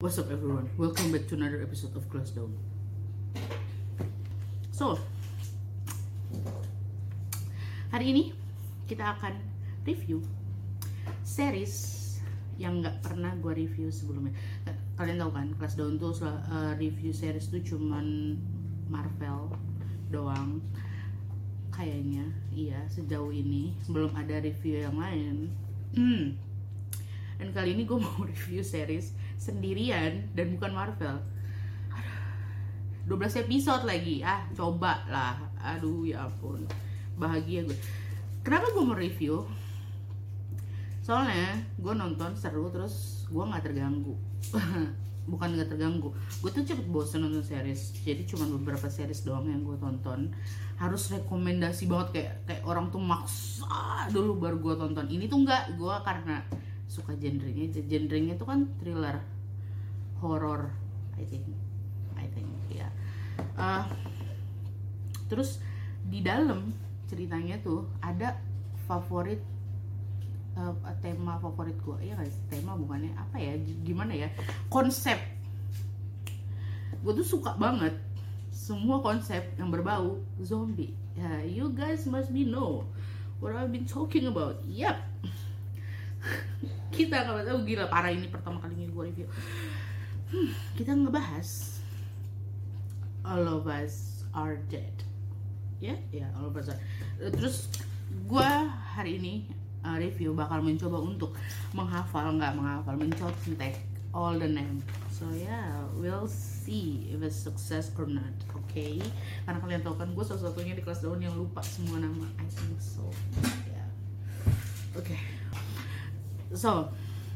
What's up everyone? Welcome back to another episode of Glassdown. So, hari ini kita akan review series yang nggak pernah gue review sebelumnya. Kalian tahu kan, Glassdown tuh review series tuh cuman Marvel doang. Kayaknya, iya, sejauh ini belum ada review yang lain. Dan kali ini gue mau review series sendirian dan bukan Marvel. 12 episode lagi, coba lah. Aduh ya ampun, bahagia gue. Kenapa gue mau review? Soalnya gue nonton seru, terus gue gak terganggu. Bukan gak terganggu, gue tuh cepet bosen nonton series. Jadi cuma beberapa series doang yang gue tonton. Harus rekomendasi banget, kayak orang tuh maksa dulu baru gue tonton. Ini tuh enggak, gue karena suka genrenya tuh kan thriller, horror, I think ya. Terus di dalam ceritanya tuh ada favorit, tema favorit gue, ya guys, tema bukannya apa ya, gimana ya, konsep. Gue tuh suka banget semua konsep yang berbau zombie. You guys must be know what I've been talking about. Yep. Kita nggak tahu, gila parah, ini pertama kalinya gue review. Kita ngebahas All of Us Are Dead. Ya, All of Us Are. Terus gue hari ini review bakal mencoba untuk mencontek all the name. So we'll see if it's success or not. Okay? Karena kalian tahu kan, gue satu-satunya di kelas daun yang lupa semua nama. I think so. Okay. So,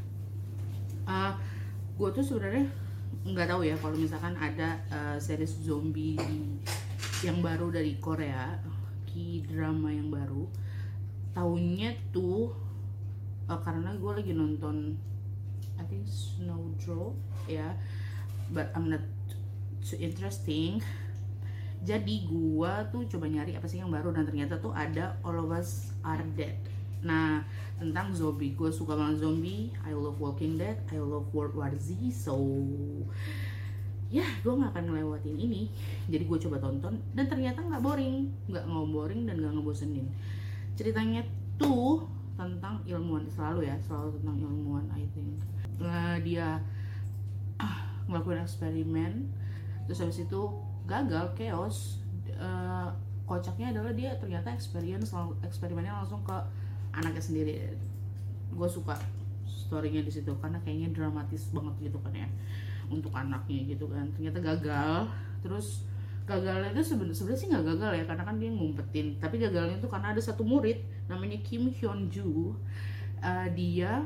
gue tuh sebenarnya nggak tahu ya kalau misalkan ada series zombie yang baru dari Korea, K-drama yang baru. Tahunnya tuh karena gue lagi nonton I think Snowdrop ya, but I'm not too interesting. Jadi gue tuh coba nyari apa sih yang baru, dan ternyata tuh ada All of Us Are Dead. Nah, tentang zombie. Gue suka banget zombie. I love Walking Dead, I love World War Z. So gue gak akan ngelewatin ini. Jadi gue coba tonton, dan ternyata gak boring dan gak ngebosenin. Ceritanya tuh tentang ilmuwan, selalu tentang ilmuwan, I think. Dia ngelakuin eksperimen, terus habis itu gagal, chaos. Kocaknya adalah dia ternyata eksperimennya langsung ke anaknya sendiri. Gue suka storynya di situ karena kayaknya dramatis banget gitu kan ya, untuk anaknya gitu kan. Ternyata gagal. Terus gagalnya itu sebenarnya sih nggak gagal ya, karena kan dia ngumpetin. Tapi gagalnya itu karena ada satu murid namanya Kim Hyun-ju. Dia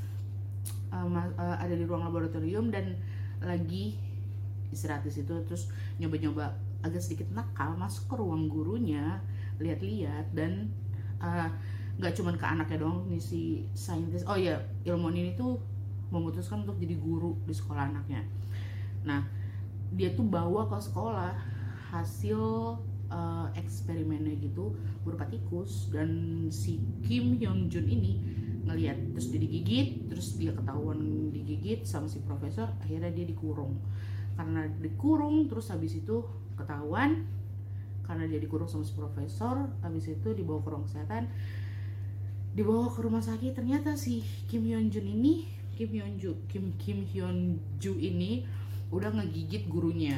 ada di ruang laboratorium dan lagi istirahat di situ. Terus nyoba-nyoba agak sedikit nakal, masuk ke ruang gurunya, lihat-lihat, dan nggak cuman ke anaknya doang nih si saintis. Ilmuwan ini tuh memutuskan untuk jadi guru di sekolah anaknya. Nah, dia tuh bawa ke sekolah hasil eksperimennya gitu berupa tikus, dan si Kim Hyun Jun ini ngelihat, terus dia digigit, terus dia ketahuan digigit sama si profesor. Akhirnya dia dikurung. Karena dikurung, terus habis itu ketahuan karena dia dikurung sama si profesor. Habis itu dibawa ke ruang kesehatan, dibawa ke rumah sakit. Ternyata si Kim Hyun Ju ini udah ngegigit gurunya.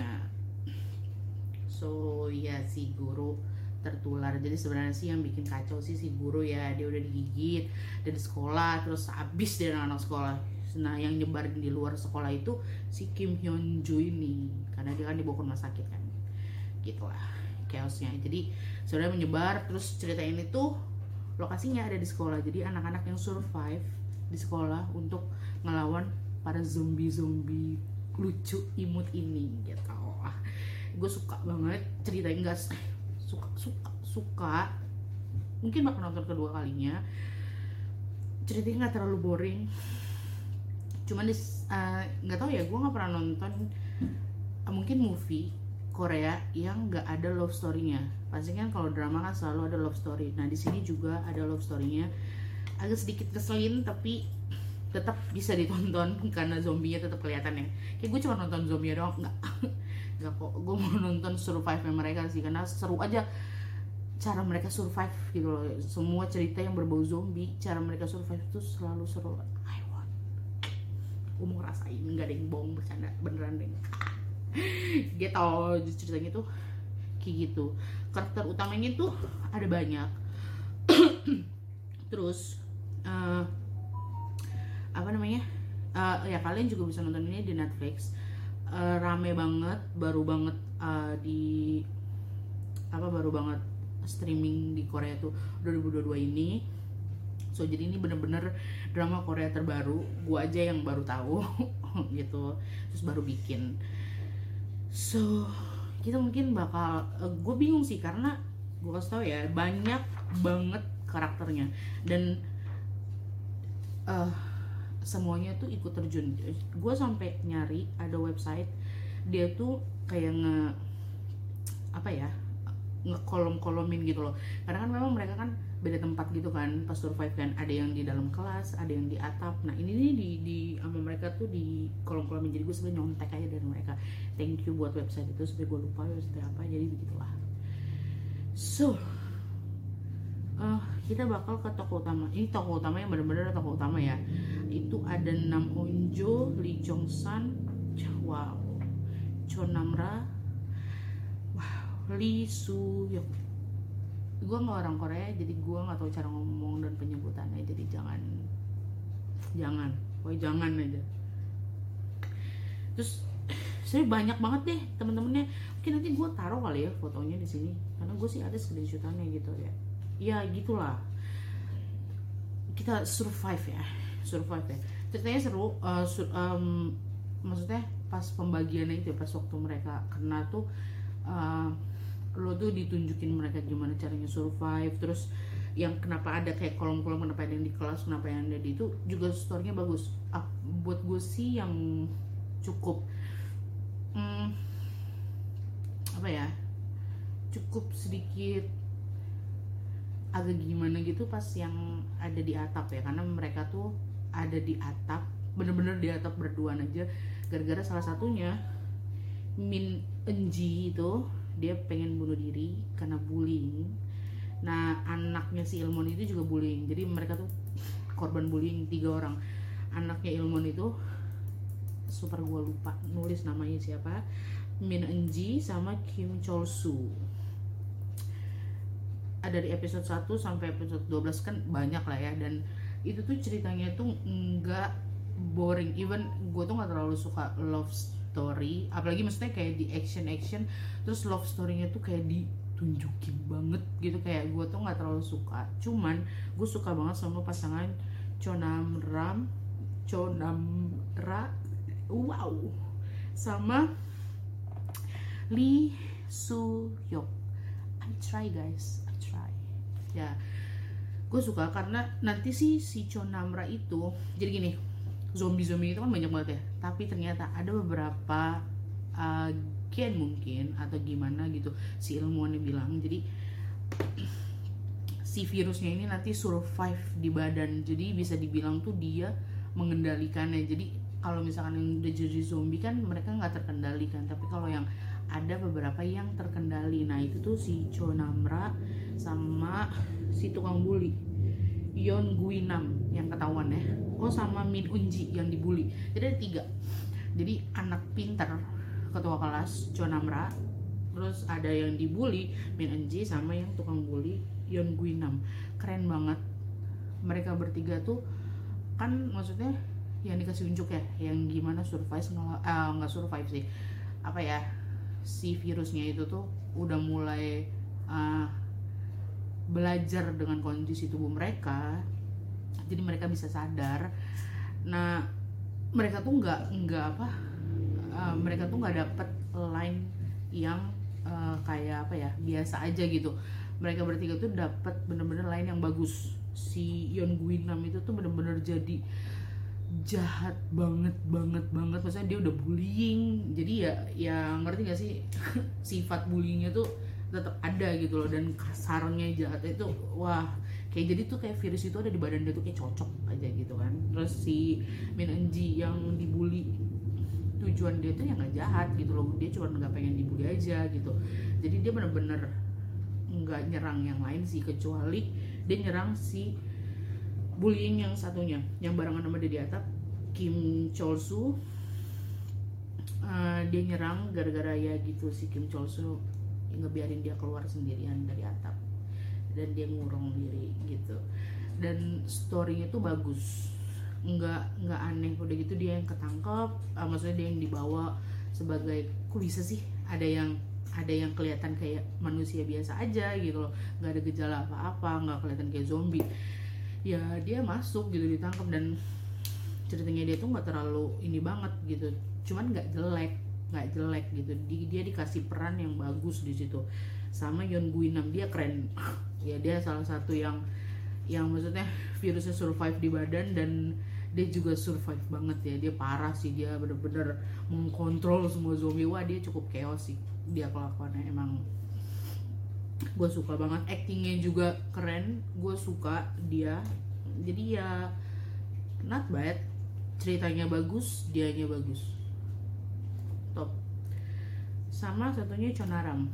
So si guru tertular. Jadi sebenarnya sih yang bikin kacau sih si guru ya, dia udah digigit dari sekolah, terus habis dari anak sekolah. Nah, yang nyebarin di luar sekolah itu si Kim Hyun Ju ini, karena dia kan dibawa ke rumah sakit kan. Gitulah chaosnya. Jadi sebenarnya menyebar. Terus cerita ini tuh lokasinya ada di sekolah. Jadi anak-anak yang survive di sekolah untuk ngelawan para zombie lucu imut ini gitu. Gue suka banget ceritanya, enggak suka. Mungkin bakal nonton kedua kalinya. Ceritanya nggak terlalu boring. Cuman nggak tahu ya, gue nggak pernah nonton mungkin movie Korea yang nggak ada love story-nya. Pasti kan kalau drama kan selalu ada love story. Nah, di sini juga ada love story-nya. Agak sedikit keselin, tapi tetap bisa ditonton karena zombinya tetap kelihatan ya. Kayak gue cuma nonton zombie doang, nggak kok, gue mau nonton survive mereka sih karena seru aja cara mereka survive gitu loh. Semua cerita yang berbau zombie, cara mereka survive itu selalu seru. Gue mau ngerasain, nggak ada yang bohong, bercanda beneran deh. Gitu ceritanya tuh kayak gitu. Karakter utamanya tuh ada banyak. Terus apa namanya, ya kalian juga bisa nonton ini di Netflix. Rame banget, baru banget baru banget streaming di Korea tuh 2022 ini. So jadi ini bener-bener drama Korea terbaru, gua aja yang baru tahu gitu, terus baru bikin. So kita mungkin bakal, gue bingung sih karena gue kasih tau ya, banyak banget karakternya dan semuanya tuh ikut terjun. Gue sampai nyari ada website dia tuh kayak ngekolom-kolomin gitu loh, karena kan memang mereka kan beda tempat gitu kan pas survive kan, ada yang di dalam kelas, ada yang di atap. Nah ini nih di sama mereka tuh di kolom-kolomin, jadi gue sebenarnya nyontek aja dari mereka. Thank you buat website itu, supaya gue lupa website apa, jadi begitulah. So kita bakal ke tokoh utama. Ini tokoh utama yang benar-benar tokoh utama ya. Itu ada Nam Eun-jo, Lee Jong-san, wow, Cho Nam-ra, wow, Lee Soo-hyuk. Gue nggak orang Korea, jadi gue nggak tahu cara ngomong dan penyebutannya, jadi jangan aja. Terus sebenarnya banyak banget deh temen-temennya. Mungkin nanti gue taruh kali ya fotonya di sini, karena gue sih ada screenshotannya gitu ya. Ya gitulah, kita survive ya. Ceritanya seru. Maksudnya pas pembagiannya itu, pas waktu mereka kena tuh, lo tuh ditunjukin mereka gimana caranya survive. Terus yang kenapa ada kayak kolom-kolom, kenapa ada yang di kelas, kenapa yang ada di itu, juga storynya bagus. Buat gue sih yang cukup cukup sedikit agak gimana gitu pas yang ada di atap ya, karena mereka tuh ada di atap, bener-bener di atap berduaan aja, gara-gara salah satunya Min Eun-ji itu dia pengen bunuh diri karena bullying. Nah anaknya si Ilmon itu juga bullying, jadi mereka tuh korban bullying 3 orang. Anaknya Ilmon itu super, gue lupa nulis namanya siapa, Min Eun-ji sama Kim Chol-soo. Dari episode 1 sampai episode 12 kan banyak lah ya, dan itu tuh ceritanya tuh nggak boring. Even gue tuh nggak terlalu suka love story, apalagi maksudnya kayak di action terus love storynya tuh kayak ditunjukin banget gitu, kayak gue tuh nggak terlalu suka. Cuman gue suka banget sama pasangan Cho Nam-ra, wow, sama Lee Soo-hyuk. I try guys, ya gue suka karena nanti si Cho Nam-ra itu, jadi gini, zombie itu kan banyak banget ya, tapi ternyata ada beberapa gen mungkin atau gimana gitu si ilmuwannya bilang, jadi si virusnya ini nanti survive di badan, jadi bisa dibilang tuh dia mengendalikannya. Jadi kalau misalkan yang udah jadi zombie kan mereka nggak terkendalikan, tapi kalau yang ada beberapa yang terkendali. Nah itu tuh si Cho Nam-ra sama si tukang bully Yeon Gu-nam yang ketahuan ya, sama Min Eun-ji yang dibully. Jadi ada 3, jadi anak pinter ketua kelas Cho Nam-ra, terus ada yang dibully Min Eun-ji, sama yang tukang bully Yeon Gu-nam. Keren banget mereka bertiga tuh kan, maksudnya yang dikasih unjuk ya, yang gimana survive, nggak survive sih, apa ya, si virusnya itu tuh udah mulai belajar dengan kondisi tubuh mereka, jadi mereka bisa sadar. Nah mereka tuh mereka tuh nggak dapet line yang kayak apa ya, biasa aja gitu. Mereka bertiga tuh dapet bener-bener line yang bagus. Si Yeon Gu-nam itu tuh bener-bener jadi jahat banget, maksudnya dia udah bullying, jadi ya ngerti gak sih sifat bullyingnya tuh tetap ada gitu loh, dan kasarnya, jahatnya itu wah kayak jadi tuh kayak virus itu ada di badan dia tuh kayak cocok aja gitu kan. Terus si Min Eunji yang dibully, tujuan dia tuh yang nggak jahat gitu loh, dia cuma nggak pengen dibully aja gitu. Jadi dia bener-bener nggak nyerang yang lain sih, kecuali dia nyerang si bullying yang satunya yang barengan sama dia di atap, Kim Chol-soo. Dia nyerang gara-gara ya gitu, si Kim Chol-soo ngebiarin dia keluar sendirian dari atap dan dia ngurung diri gitu. Dan storynya tuh bagus, nggak aneh. Udah gitu dia yang ketangkep, maksudnya dia yang dibawa sebagai, kok bisa sih ada yang kelihatan kayak manusia biasa aja gitu loh, nggak ada gejala apa-apa, nggak kelihatan kayak zombie. Ya dia masuk gitu, ditangkap, dan ceritanya dia tuh nggak terlalu ini banget gitu, cuman nggak jelek gitu. Dia dikasih peran yang bagus di situ sama Yeon Guinam, dia keren. Ya dia salah satu yang maksudnya virusnya survive di badan, dan dia juga survive banget ya. Dia parah sih, dia bener-bener mengkontrol semua zombie. Wah dia cukup chaos sih dia kelakuannya, emang gue suka banget. Actingnya juga keren, gue suka dia. Jadi ya not bad, ceritanya bagus, dianya bagus, top. Sama satunya Chonam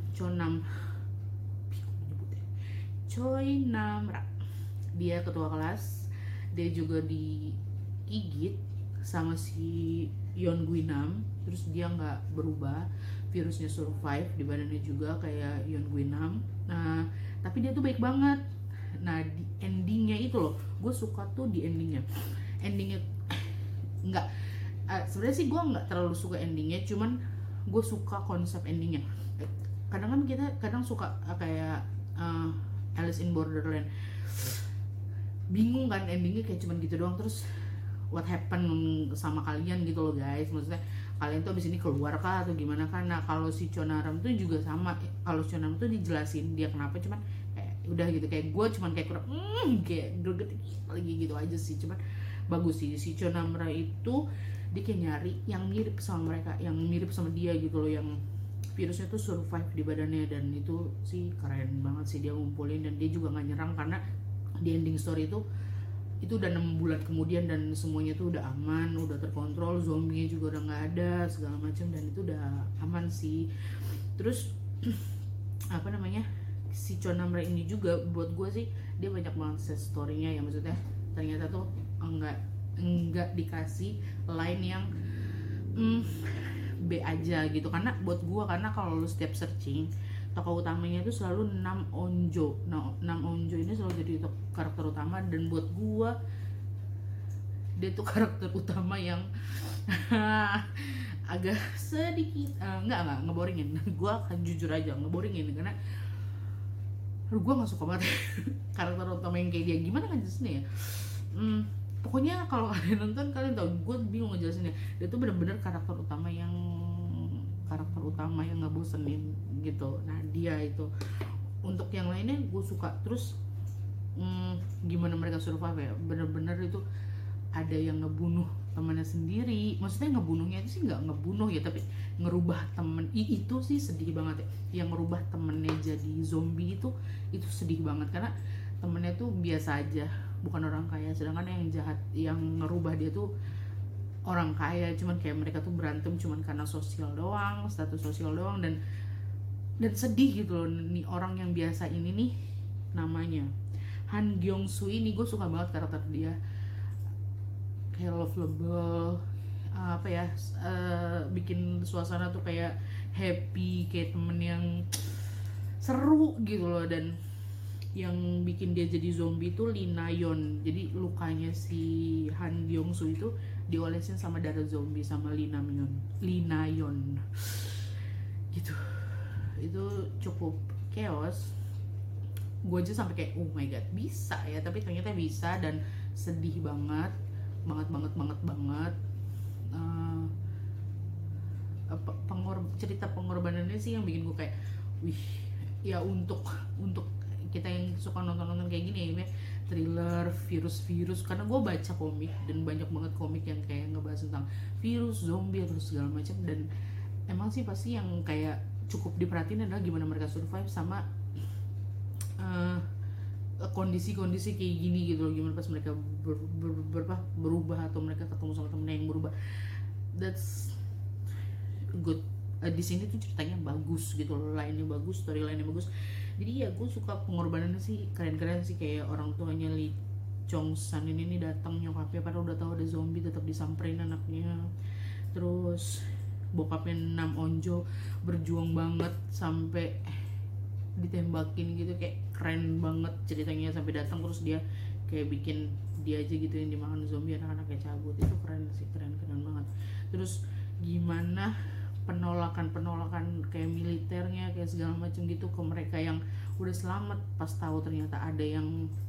Choi Nam-rak, dia ketua kelas. Dia juga digigit sama si Yeon Guinam, terus dia nggak berubah, virusnya survive di badannya juga kayak Yeon Guinam. Nah tapi dia tuh baik banget. Nah di endingnya itu loh, gue suka tuh di endingnya nggak, sebenarnya sih gue nggak terlalu suka endingnya, cuman gue suka konsep endingnya. Kadang kan kita suka kayak Alice in Borderland, bingung kan endingnya kayak cuman gitu doang, terus what happen sama kalian gitu loh guys, maksudnya kalian tuh abis ini keluar kah atau gimana kan. Nah kalau si Chonaram tuh juga sama, kalau Chonaram tuh dijelasin dia kenapa, cuman kayak udah gitu, kayak gue cuman kayak kurang kayak greget lagi gitu aja sih. Cuman bagus sih si Chonamra itu, dia kayak nyari yang mirip sama mereka, yang mirip sama dia gitu loh, yang virusnya tuh survive di badannya. Dan itu sih keren banget sih dia ngumpulin, dan dia juga nggak nyerang karena di ending story itu udah 6 bulan kemudian dan semuanya tuh udah aman, udah terkontrol, zombinya juga udah nggak ada segala macam, dan itu udah aman sih. Terus apa namanya, si Chonamra ini juga buat gue sih dia banyak banget set story-nya ya, maksudnya ternyata tuh enggak dikasih line yang B aja gitu. Karena buat gue, karena kalau lu setiap searching tokoh utamanya itu selalu Nam Onjo. Nah, Nam Onjo ini selalu jadi karakter utama, dan buat gue dia tuh karakter utama yang agak sedikit nggak ngeboringin. Gue akan jujur aja ngeboringin, karena gue nggak suka banget karakter utama yang kayak dia. Gimana ngejelasinnya ya, pokoknya kalau kalian nonton kalian tahu, gue bingung ngejelasinnya. Dia tuh bener-bener karakter utama yang nggak bosenin gitu. Nah dia itu, untuk yang lainnya gue suka. Terus gimana mereka survive ya, bener-bener itu ada yang ngebunuh temannya sendiri. Maksudnya ngebunuhnya itu sih nggak ngebunuh ya, tapi ngerubah temen. Itu sih sedih banget ya, yang ngerubah temennya jadi zombie itu sedih banget. Karena temennya tuh biasa aja, bukan orang kaya, sedangkan yang jahat yang ngerubah dia tuh orang kaya. Cuman kayak mereka tuh berantem cuman karena sosial doang, status sosial doang, dan sedih gitu loh. Nih orang yang biasa ini nih, namanya Han Gyeong-soo ini, gue suka banget karakter dia, kayak lovable, apa ya, bikin suasana tuh kayak happy, kayak temen yang seru gitu loh. Dan yang bikin dia jadi zombie itu Lee Na-yeon. Jadi lukanya si Han Gyeong-soo itu diolesin sama darah zombie sama Lee Na-yeon gitu. Itu cukup chaos. Gue aja sampai kayak oh my god bisa ya, tapi ternyata bisa, dan sedih banget cerita pengorbanannya sih yang bikin gue kayak wih ya, untuk kita yang suka nonton kayak gini ya, thriller virus, karena gue baca komik dan banyak banget komik yang kayak ngebahas tentang virus, zombie atau segala macam. Dan emang sih pasti yang kayak cukup diperhatiin adalah gimana mereka survive sama kondisi-kondisi kayak gini gitu loh, gimana pas mereka berubah atau mereka ketemu sama temennya yang berubah. That's good. Di sini tuh ceritanya bagus gitu loh, lainnya bagus, storyline-nya bagus. Jadi ya gue suka pengorbanannya sih, keren-keren sih. Kayak orang tuanya Lee Chong San ini nih datang nyokapnya padahal udah tahu ada zombie tetap disamperin anaknya. Terus bokapnya Nam Onjo berjuang banget sampai ditembakin gitu, kayak keren banget ceritanya sampai datang terus dia kayak bikin dia aja gitu yang dimakan zombie, anak-anaknya cabut. Itu keren sih, keren banget. Terus gimana penolakan kayak militernya kayak segala macam gitu ke mereka yang udah selamat pas tahu ternyata ada yang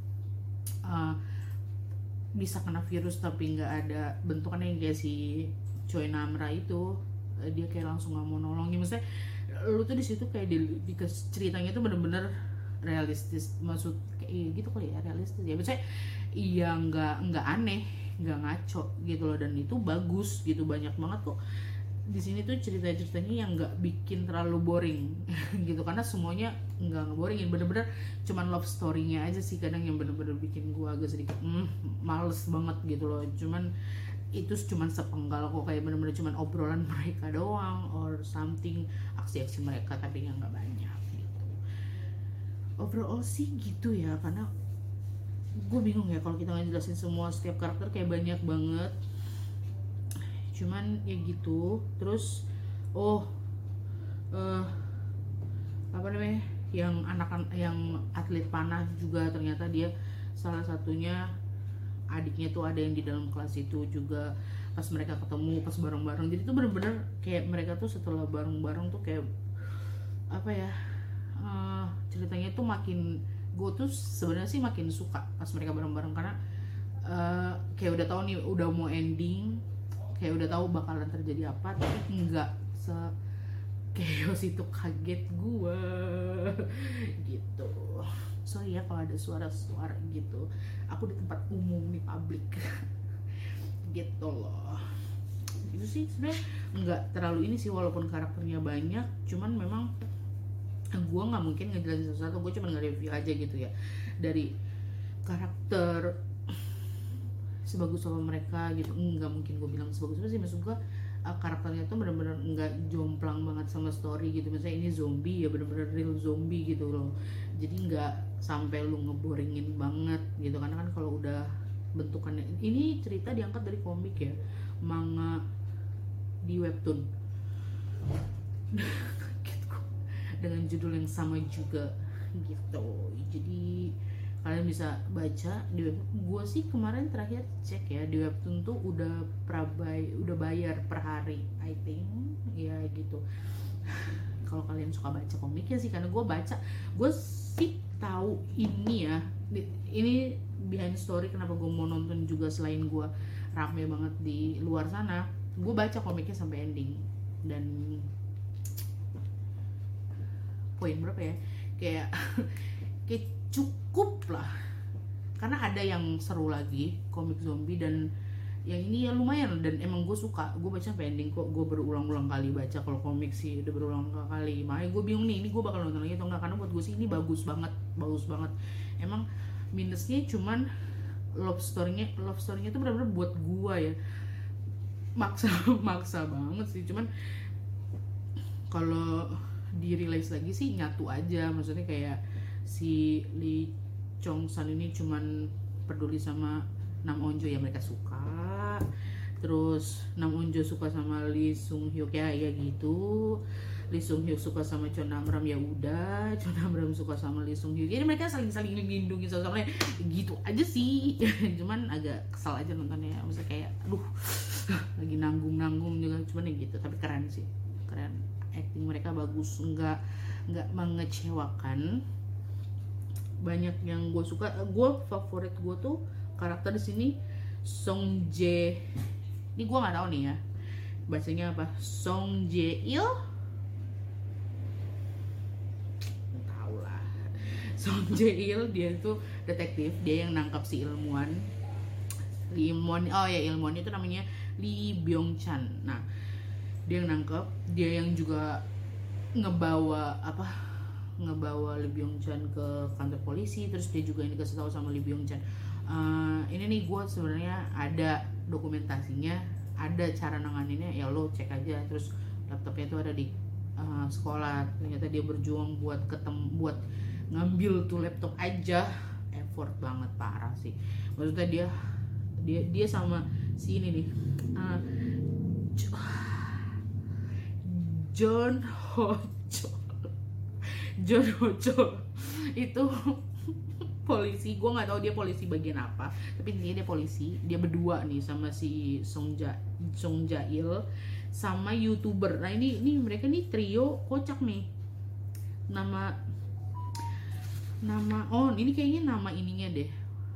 bisa kena virus tapi nggak ada bentukannya, yang kayak si Choi Namra itu. Dia kayak langsung nggak mau nolongin. Maksudnya lu tuh di situ kayak di ceritanya tuh bener-bener realistis, maksud kayak gitu kali ya, realistis ya. Maksudnya iya nggak aneh, nggak ngaco gitu loh, dan itu bagus gitu. Banyak banget kok di sini tuh ceritanya yang nggak bikin terlalu boring gitu, karena semuanya nggak ngeboringin, bener-bener cuman love story-nya aja sih kadang yang bener-bener bikin gua agak sedikit males banget gitu loh. Cuman itu cuman sepenggal kok, kayak bener-bener cuman obrolan mereka doang or something, aksi-aksi mereka, tapi yang nggak banyak gitu. Overall sih gitu ya, karena gue bingung ya kalau kita ngejelasin semua setiap karakter kayak banyak banget. Cuman ya gitu. Terus apa namanya, yang yang atlet panah juga ternyata dia salah satunya, adiknya tuh ada yang di dalam kelas itu juga. Pas mereka ketemu pas bareng-bareng, jadi tuh bener-bener kayak mereka tuh setelah bareng-bareng tuh kayak apa ya, ceritanya tuh makin, gue tuh sebenarnya sih makin suka pas mereka bareng-bareng, karena kayak udah tahu nih udah mau ending, kayak udah tahu bakalan terjadi apa, tapi enggak se chaos itu, kaget gue gitu. Sorry ya kalau ada suara-suara gitu, aku di tempat umum nih, publik gitu loh. Itu sih sebenarnya nggak terlalu ini sih, walaupun karakternya banyak, cuman memang gue nggak mungkin ngejelasin sesuatu, gue cuma nge-review aja gitu ya, dari karakter sebagus apa mereka gitu. Nggak mungkin gue bilang sebagus apa sih, maksud gue karakternya tuh bener-bener nggak jomplang banget sama story gitu. Misalnya ini zombie ya bener-bener real zombie gitu loh, jadi nggak sampai lu ngeboringin banget gitu. Karena kan kalau udah bentukannya, ini cerita diangkat dari komik ya, manga di webtoon gitu, dengan judul yang sama juga gitu. Jadi kalian bisa baca di web. Gue sih kemarin terakhir cek ya, di webtoon tuh udah bayar per hari I think ya gitu. Kalau kalian suka baca komik ya sih, karena gue sih tahu ini ya, ini behind story kenapa gue mau nonton juga. Selain gue rame banget di luar sana, gue baca komiknya sampai ending, dan poin berapa ya, kayak cukup lah, karena ada yang seru lagi komik zombie, dan yang ini ya lumayan, dan emang gue suka. Gue baca sampai ending kok, gue berulang-ulang kali baca. Kalau komik sih udah berulang kali, makanya gue bingung nih, ini gue bakal nonton lagi atau enggak, karena buat gue sih ini bagus banget. Emang minusnya cuman love story-nya tuh benar-benar buat gue ya maksa banget sih. Cuman kalau di-release lagi sih nyatu aja, maksudnya kayak si Lee Chong San ini cuman peduli sama Nam Onjo ya, mereka suka. Terus Nam Onjo suka sama Lee Sung Hyuk ya gitu. Lee Sung Hyuk suka sama Chon Namram, ya udah. Chon Namram suka sama Lee Sung Hyuk, jadi mereka saling lindungi sama gitu aja sih. Cuman agak kesal aja nontonnya, maksudnya kayak aduh lagi nanggung juga. Cuman ya gitu, tapi keren sih, keren. Acting mereka bagus, nggak mengecewakan. Banyak yang gue suka. Gue favorit gue tuh karakter di sini Song Jae. Ini gue nggak tahu nih ya bacanya apa, Song Jae Il, tahu lah. Song Jae Il, dia tuh detektif, dia yang nangkap si ilmuwan ilmuwan itu namanya Lee Byung Chan. Nah, dia yang nangkep, dia yang juga ngebawa ngebawa Lee Byung Chan ke kantor polisi, terus dia juga ini dikasih tahu sama Lee Byung Chan, ini nih gue sebenarnya ada dokumentasinya, ada cara nanganinnya, ya lo cek aja. Terus laptopnya itu ada di sekolah. Ternyata dia berjuang buat buat ngambil tuh laptop aja, effort banget, parah sih. Maksudnya dia sama si ini nih, John Ho itu polisi. Gue nggak tahu dia polisi bagian apa, tapi intinya dia polisi. Dia berdua nih sama si Song Jae-il sama YouTuber. Nah ini mereka nih trio kocak nih. Nama ini kayaknya nama ininya deh.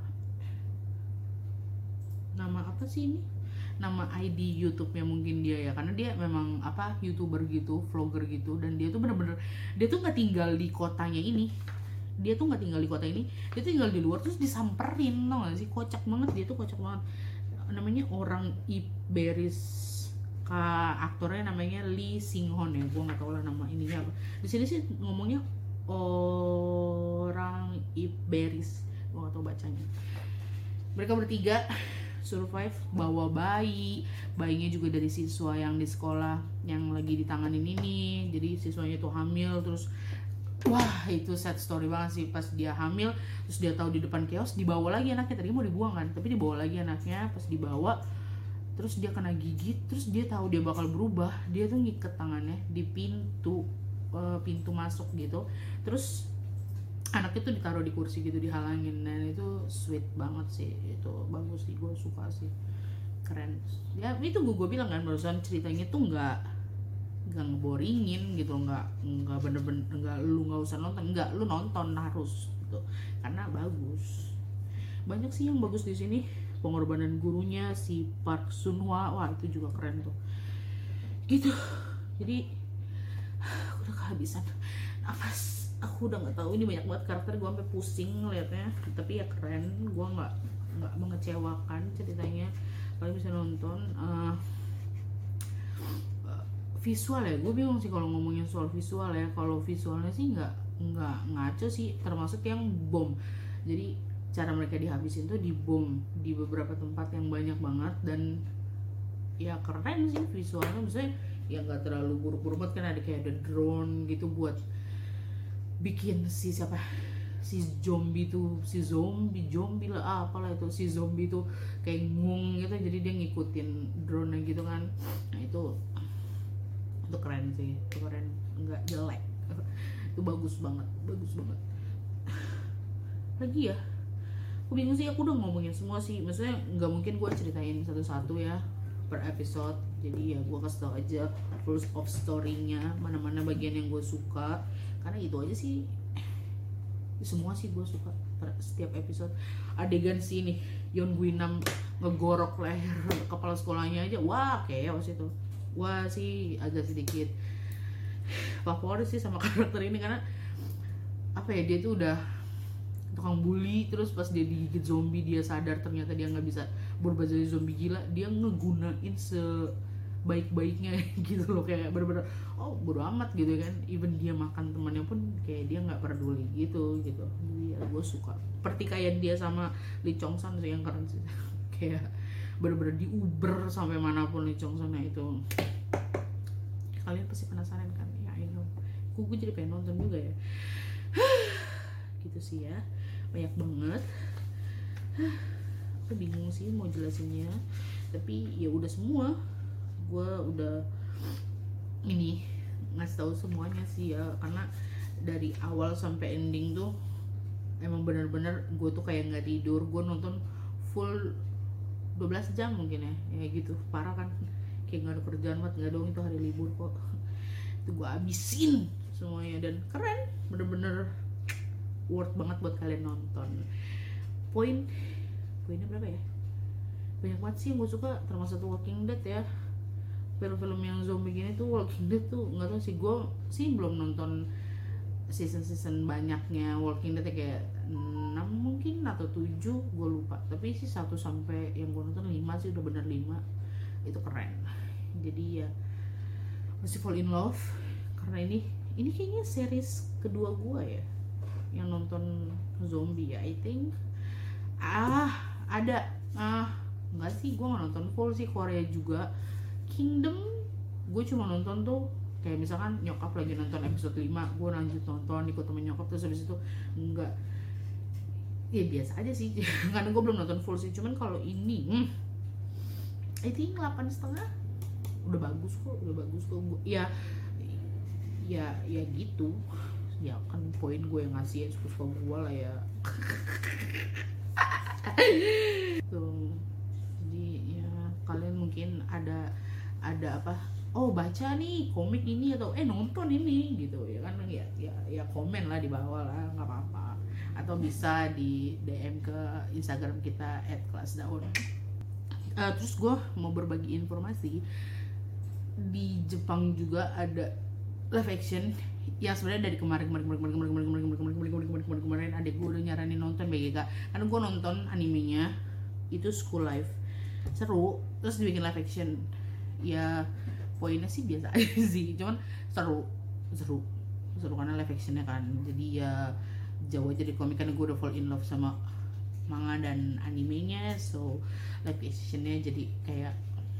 Nama apa sih ini? Nama ID YouTube-nya mungkin dia ya, karena dia memang YouTuber gitu, vlogger gitu, dan dia tuh bener-bener dia tuh nggak tinggal di kotanya ini. Dia tuh tinggal di luar, terus disamperin, tau gak sih? Kocak banget, dia tuh kocak banget. Namanya orang Iberis, aktornya namanya Lee Sing Hon ya, gue nggak tahu lah nama ininya apa. Di sini sih ngomongnya orang Iberis, gue nggak tahu bacanya. Mereka bertiga survive, bawa bayinya juga dari siswa yang di sekolah yang lagi ditanganin ini. Jadi siswanya tuh hamil, terus wah itu sad story banget sih. Pas dia hamil, terus dia tahu di depan chaos, dibawa lagi anaknya. Tadi mau dibuang kan, tapi dibawa lagi anaknya. Pas dibawa, terus dia kena gigit, terus dia tahu dia bakal berubah. Dia tuh ngiket tangannya di pintu masuk gitu. Terus anaknya tuh ditaruh di kursi gitu, dihalangin. Dan itu sweet banget sih, itu bagus sih, gue suka sih, keren ya. Itu gue bilang kan barusan, ceritanya tuh nggak ngeboringin gitu, nggak bener-bener lu nggak usah nonton, lu nonton harus gitu, karena bagus. Banyak sih yang bagus di sini. Pengorbanan gurunya si Park Sun Hwa, wah itu juga keren tuh gitu. Jadi udah kehabisan nafas, aku udah nggak tahu, ini banyak banget karakter, gue sampai pusing ngeliatnya. Tapi ya keren, gue nggak mengecewakan ceritanya. Kalian bisa nonton. Visual ya, gue bingung sih kalau ngomongin soal visual ya. Kalau visualnya sih nggak ngaco sih, termasuk yang bom. Jadi cara mereka dihabisin tuh di bom di beberapa tempat yang banyak banget, dan ya keren sih visualnya. Misalnya ya nggak terlalu buruk-buruk banget kan, ada kayak ada drone gitu buat bikin si zombie lah apalah itu, si zombie tuh kayak ngung gitu, jadi dia ngikutin drone gitu kan. Nah itu keren sih, itu keren, nggak jelek. Itu bagus banget lagi ya. Aku bingung sih, aku udah ngomongin semua sih, maksudnya nggak mungkin gue ceritain satu-satu ya per episode. Jadi ya gue kasih tau aja full of story-nya, mana-mana bagian yang gue suka, karena itu aja sih. Semua sih gue suka per setiap episode. Adegan sini Yeon Guinam ngegorok leher kepala sekolahnya aja, wah chaos itu. Wah sih agak sedikit favorit sih sama karakter ini, karena dia tuh udah tukang bully, terus pas dia digigit zombie dia sadar ternyata dia nggak bisa berubah jadi zombie gila. Dia ngegunain sebaik-baiknya gitu loh, kayak bener-bener bodo amat gitu kan. Even dia makan temannya pun kayak dia nggak peduli gitu. Jadi ya gue suka pertikaian dia sama Lee Chong San sih yang keren sih. Kayak bener-bener diuber sampai manapun Lee Chong San itu. Kalian pasti penasaran kan ya, I know. Gue jadi pengen nonton juga ya. Gitu sih ya, banyak banget. Aku bingung sih mau jelasinnya, tapi ya udah semua. Gue udah ini ngasih tahu semuanya sih ya, karena dari awal sampai ending tuh emang benar-benar gue tuh kayak nggak tidur. Gue nonton full 12 jam mungkin ya gitu, parah kan, kayak nggak ada kerjaan banget. Nggak dong, itu hari libur kok. Itu gue abisin semuanya, dan keren, bener-bener worth banget buat kalian nonton. Poinnya berapa ya? Banyak banget sih yang gue suka, termasuk The Walking Dead ya. Film-film yang zombie gini tuh, Walking Dead tuh nggak tahu sih, gue sih belum nonton season banyaknya Walking Dead ya, kayak 6 mungkin atau 7, gue lupa. Tapi sih 1 sampai yang gue nonton 5 sih, udah bener 5. Itu keren. Jadi ya masih fall in love, karena ini kayaknya series kedua gue ya yang nonton zombie ya, I think. Ada enggak sih, gue nggak nonton full sih. Korea juga, Kingdom gue cuma nonton tuh kayak misalkan nyokap lagi nonton episode 5, gue lanjut nonton ikut temen nyokap, terus habis itu enggak, ya biasa aja sih. Karena gue belum nonton full sih. Cuman kalau ini I think 8,5 udah bagus kok gue ya gitu ya, kan poin gue yang ngasih ya, suka gue lah ya. Tuh, jadi ya kalian mungkin ada apa, oh baca nih komik ini atau nonton ini gitu ya kan, ya komen lah di bawah lah, nggak apa-apa, atau bisa di DM ke Instagram kita @kelasdaun. Terus gue mau berbagi informasi, di Jepang juga ada live action yang sebenarnya dari kemarin adik gue udah nyaranin nonton BGK, karena gue nonton animenya itu School Life, seru, terus dibikin live action. Ya poinnya sih biasa aja sih, cuman seru karena live actionnya kan, jadi ya jauh aja dari komik, karena gue udah fall in love sama manga dan animenya. So live actionnya jadi kayak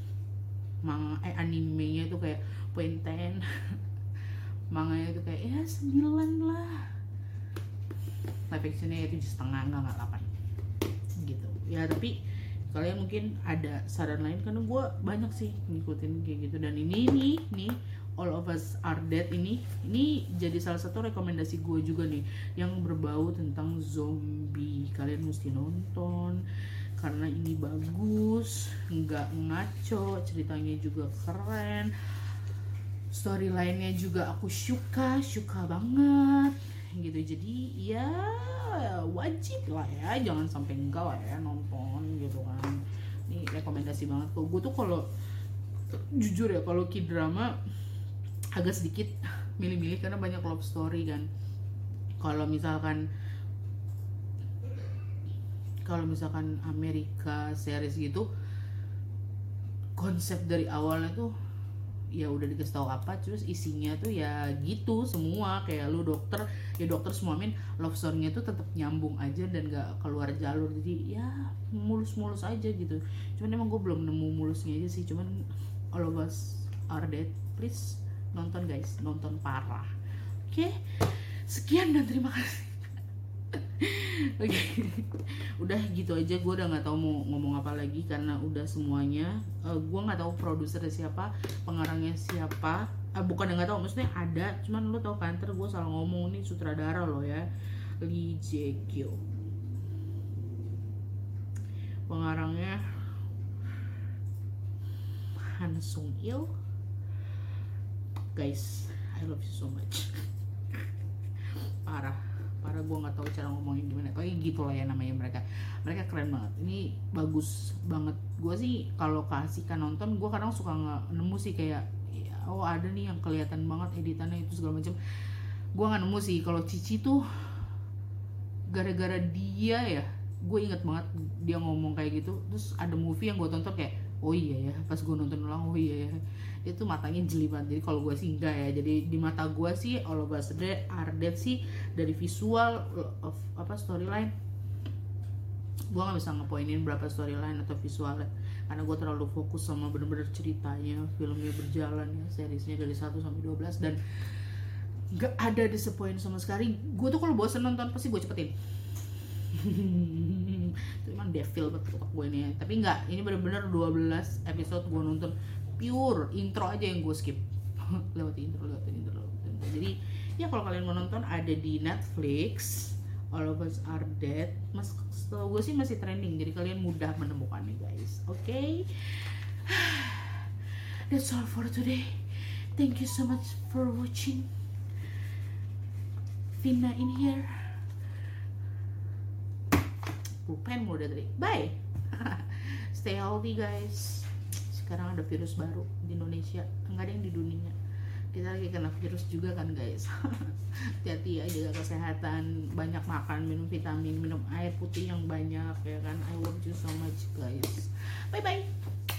animenya tuh kayak poin 10 manganya tuh kayak ya 9 lah, live actionnya 7,5 nggak 8 gitu ya. Tapi kalian mungkin ada saran lain, karena gue banyak sih ngikutin kayak gitu. Dan ini nih All of Us Are Dead ini jadi salah satu rekomendasi gue juga nih, yang berbau tentang zombie. Kalian mesti nonton karena ini bagus, nggak ngaco, ceritanya juga keren, storyline-nya juga aku suka banget gitu. Jadi ya wajib lah ya, jangan sampai enggak lah ya nonton gitu kan. Ini rekomendasi banget kok. Gue tuh kalau jujur ya, kalau K-drama agak sedikit milih-milih karena banyak love story kan. Kalau misalkan Amerika series gitu, konsep dari awalnya tuh ya udah dikasih tahu apa, terus isinya tuh ya gitu semua, kayak lu dokter semua love story-nya tuh tetap nyambung aja dan gak keluar jalur, jadi ya mulus-mulus aja gitu. Cuman emang gue belum nemu mulusnya aja sih. Cuman All of Us Are Dead, please nonton guys, nonton parah. Oke, sekian dan terima kasih. Oke, udah gitu aja. Gue udah nggak tahu mau ngomong apa lagi karena udah semuanya. Gue nggak tahu produsernya siapa, pengarangnya siapa. Bukan nggak tahu, maksudnya ada. Cuman lo tau kan, gue salah ngomong nih, sutradara lo ya, Lee Jae-kyo. Pengarangnya Han Sung-il. Guys, I love you so much. Parah, gue nggak tahu cara ngomongin gimana, tapi gitu lah ya namanya. Mereka keren banget, ini bagus banget. Gue sih kalau kasihkan nonton, gue kadang suka nggak nemu sih, kayak oh ada nih yang kelihatan banget editannya itu segala macam. Gue nggak nemu sih. Kalau Cici tuh gara-gara dia ya, gue inget banget dia ngomong kayak gitu. Terus ada movie yang gue tonton kayak oh iya ya, pas gue nonton ulang oh iya ya, itu matanya jeli banget. Jadi kalau gue sih enggak ya. Jadi di mata gue sih All of Us Are Dead sih dari visual of storyline, gue nggak bisa ngepoinin berapa storyline atau visualnya, karena gue terlalu fokus sama bener-bener ceritanya, filmnya berjalan ya, seriesnya dari 1 sampai 12, dan nggak ada disappoint sama sekali. Gue tuh kalau bosan nonton pasti gue cepetin. Itu emang devil banget otak gue ini ya. Tapi enggak, ini bener-bener 12 episode gue nonton pure intro aja yang gue skip. lewatin intro. Jadi ya kalau kalian mau nonton, ada di Netflix, All of Us Are Dead. Setahu gue sih masih trending, jadi kalian mudah menemukannya guys. Okay, that's all for today. Thank you so much for watching. Vina in here. Pulpen udah tadi. Bye. Stay healthy guys. Sekarang ada virus baru di Indonesia, enggak ada yang di dunia. Kita lagi kena virus juga kan guys. Hati-hati ya, jaga kesehatan, banyak makan, minum vitamin, minum air putih yang banyak ya kan. I love you so much guys. Bye bye.